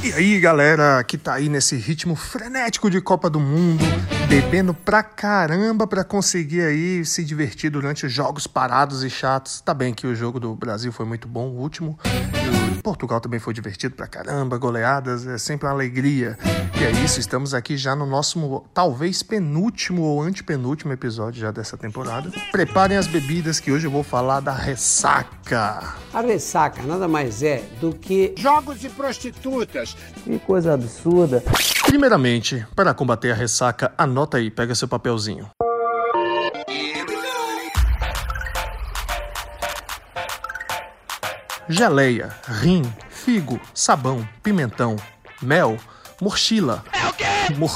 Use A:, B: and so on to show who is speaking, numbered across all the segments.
A: E aí, galera, que tá aí nesse ritmo frenético de Copa do Mundo, bebendo pra caramba pra conseguir aí se divertir durante os jogos parados e chatos. Tá bem que o jogo do Brasil foi muito bom, o último, e o Portugal também foi divertido pra caramba, goleadas, é sempre uma alegria. E é isso, estamos aqui já no nosso, talvez penúltimo ou antepenúltimo episódio já dessa temporada. Preparem as bebidas que hoje eu vou falar da ressaca.
B: A ressaca nada mais é do que
C: jogos de prostitutas.
D: Que coisa absurda.
A: Primeiramente, para combater a ressaca, anota aí, pega seu papelzinho. Geleia, rim, figo, sabão, pimentão, mel, morcila. É o quê?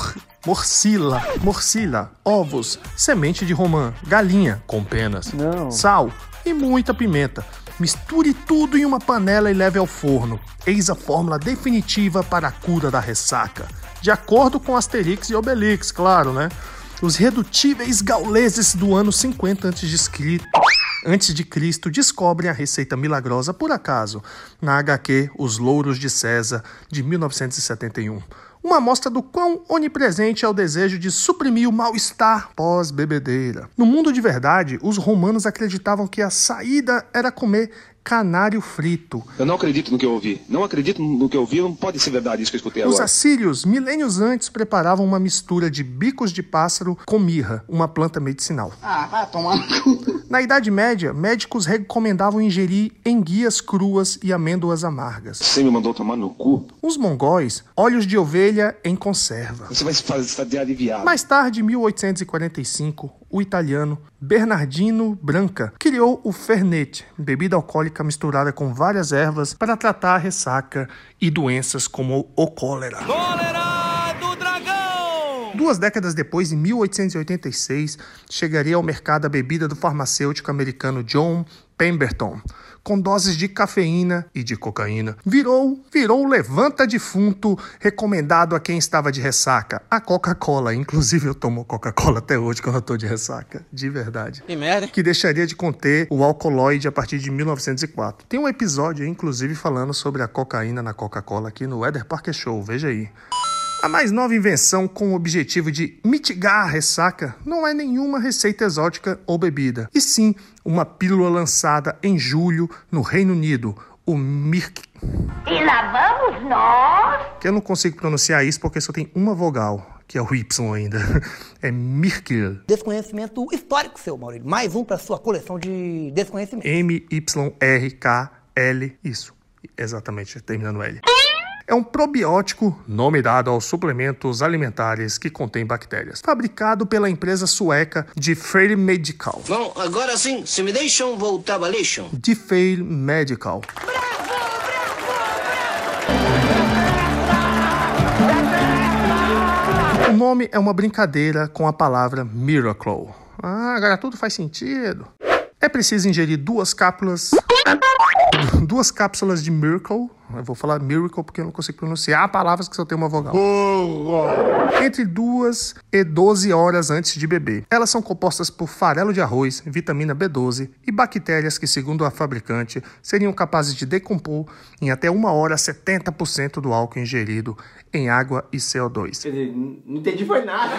A: Morcila, ovos, semente de romã, galinha com penas, sal e muita pimenta. Misture tudo em uma panela e leve ao forno. Eis a fórmula definitiva para a cura da ressaca. De acordo com Asterix e Obelix, claro, né? Os redutíveis gauleses do ano 50 antes de Cristo descobrem a receita milagrosa por acaso na HQ Os Louros de César, de 1971. Uma amostra do quão onipresente é o desejo de suprimir o mal-estar pós-bebedeira. No mundo de verdade, os romanos acreditavam que a saída era comer canário frito.
E: Eu não acredito no que eu ouvi. Não acredito no que eu ouvi, não pode ser verdade isso que eu escutei agora.
A: Os assírios, milênios antes, preparavam uma mistura de bicos de pássaro com mirra, uma planta medicinal.
C: Vai tomar no cu.
A: Na Idade Média, médicos recomendavam ingerir enguias cruas e amêndoas amargas.
E: Você me mandou tomar no cu?
A: Os mongóis, óleos de ovelha em conserva.
E: Você vai se fazer de aliviado.
A: Mais tarde, em 1845, o italiano Bernardino Branca criou o Fernet, bebida alcoólica misturada com várias ervas para tratar a ressaca e doenças como o cólera.
F: Cólera do dragão!
A: 2 décadas depois, em 1886, chegaria ao mercado a bebida do farmacêutico americano John Pemberton, com doses de cafeína e de cocaína. Virou o levanta-defunto recomendado a quem estava de ressaca, a Coca-Cola. Inclusive eu tomo Coca-Cola até hoje quando eu tô de ressaca, de verdade.
F: Que merda.
A: Que deixaria de conter o alcaloide a partir de 1904. Tem um episódio aí, inclusive, falando sobre a cocaína na Coca-Cola aqui no Weather Parker Show, veja aí. A mais nova invenção com o objetivo de mitigar a ressaca não é nenhuma receita exótica ou bebida, e sim uma pílula lançada em julho no Reino Unido, o Mirk.
G: E lá vamos nós!
A: Que eu não consigo pronunciar isso porque só tem uma vogal, que é o Y ainda. É Myrkl.
D: Desconhecimento histórico, seu Maurício. Mais um para sua coleção de desconhecimento.
A: Myrkl, isso. Exatamente, terminando L. É um probiótico, nome dado aos suplementos alimentares que contêm bactérias, fabricado pela empresa sueca DeFail Medical.
H: Bom, agora sim, se me deixam voltar a lixo.
A: DeFail Medical. O nome é uma brincadeira com a palavra miracle. Agora tudo faz sentido. É preciso ingerir 2 cápsulas de Miracle. Eu vou falar Miracle porque eu não consigo pronunciar palavras que só tem uma vogal. Entre 2 e 12 horas antes de beber. Elas são compostas por farelo de arroz, vitamina B12 e bactérias que, segundo a fabricante, seriam capazes de decompor em até 1 hora 70% do álcool ingerido em água e CO2.
I: Quer dizer, não entendi foi nada.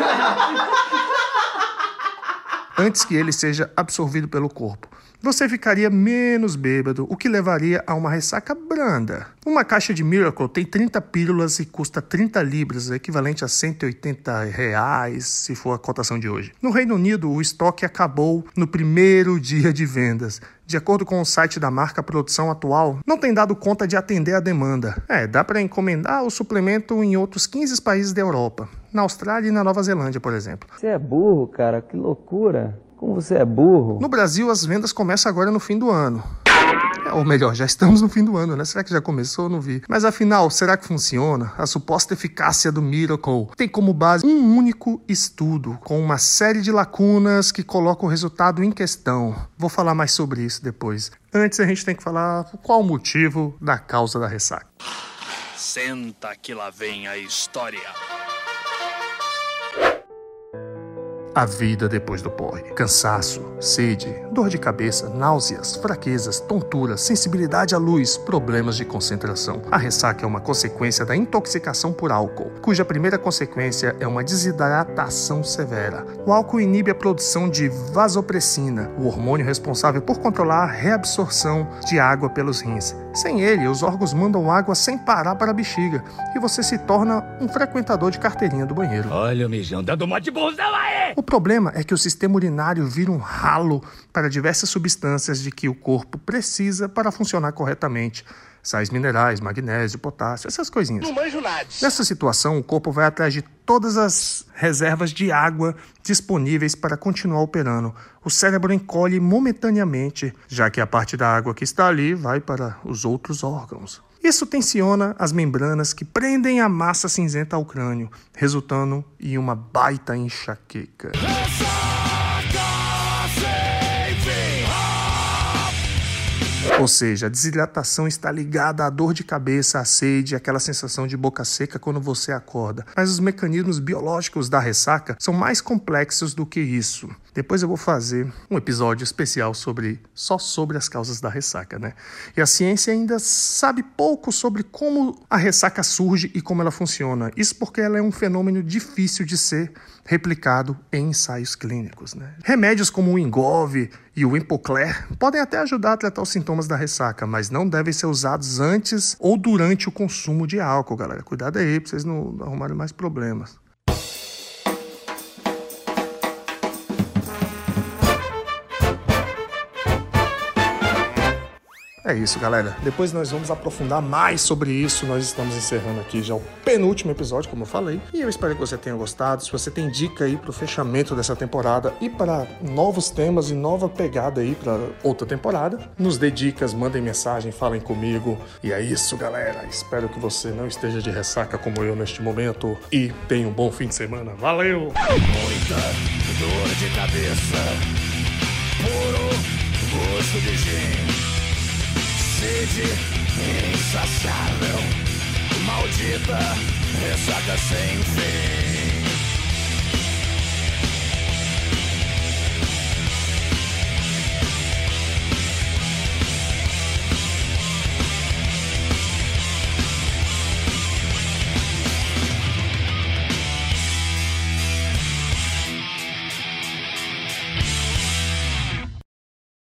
A: Antes que ele seja absorvido pelo corpo. Você ficaria menos bêbado, o que levaria a uma ressaca branda. Uma caixa de Miracle tem 30 pílulas e custa 30 libras, equivalente a R$180, se for a cotação de hoje. No Reino Unido, o estoque acabou no primeiro dia de vendas. De acordo com o site da marca, a produção atual não tem dado conta de atender a demanda. Dá para encomendar o suplemento em outros 15 países da Europa. Na Austrália e na Nova Zelândia, por exemplo.
D: Você é burro, cara, que loucura. Como você é burro.
A: No Brasil, as vendas começam agora no fim do ano. Ou melhor, já estamos no fim do ano, né? Será que já começou? Não vi. Mas afinal, será que funciona? A suposta eficácia do Miracle tem como base um único estudo, com uma série de lacunas que colocam o resultado em questão. Vou falar mais sobre isso depois. Antes, a gente tem que falar qual o motivo da causa da ressaca.
F: Senta que lá vem a história.
A: A vida depois do porre. Cansaço, sede, dor de cabeça, náuseas, fraquezas, tontura, sensibilidade à luz, problemas de concentração. A ressaca é uma consequência da intoxicação por álcool, cuja primeira consequência é uma desidratação severa. O álcool inibe a produção de vasopressina, o hormônio responsável por controlar a reabsorção de água pelos rins. Sem ele, os órgãos mandam água sem parar para a bexiga e você se torna um frequentador de carteirinha do banheiro.
F: Olha o mijão dando uma de bolsão aí!
A: O problema é que o sistema urinário vira um ralo para diversas substâncias de que o corpo precisa para funcionar corretamente. Sais minerais, magnésio, potássio, essas coisinhas.
C: Não manjo nada.
A: Nessa situação, o corpo vai atrás de todas as reservas de água disponíveis para continuar operando. O cérebro encolhe momentaneamente, já que a parte da água que está ali vai para os outros órgãos. Isso tensiona as membranas que prendem a massa cinzenta ao crânio, resultando em uma baita enxaqueca. Ou seja, a desidratação está ligada à dor de cabeça, à sede, aquela sensação de boca seca quando você acorda. Mas os mecanismos biológicos da ressaca são mais complexos do que isso. Depois eu vou fazer um episódio especial só sobre as causas da ressaca, né? E a ciência ainda sabe pouco sobre como a ressaca surge e como ela funciona. Isso porque ela é um fenômeno difícil de ser replicado em ensaios clínicos, né? Remédios como o Wegovy e o Empocler podem até ajudar a tratar os sintomas da ressaca, mas não devem ser usados antes ou durante o consumo de álcool, galera. Cuidado aí pra vocês não arrumarem mais problemas. É isso, galera. Depois nós vamos aprofundar mais sobre isso. Nós estamos encerrando aqui já o penúltimo episódio, como eu falei. E eu espero que você tenha gostado. Se você tem dica aí pro fechamento dessa temporada e para novos temas e nova pegada aí para outra temporada, nos dê dicas, mandem mensagem, falem comigo. E é isso, galera. Espero que você não esteja de ressaca como eu neste momento e tenha um bom fim de semana. Valeu!
F: Muita dor de cabeça, puro gosto de gin. Sede insaciável, maldita ressaca sem fim.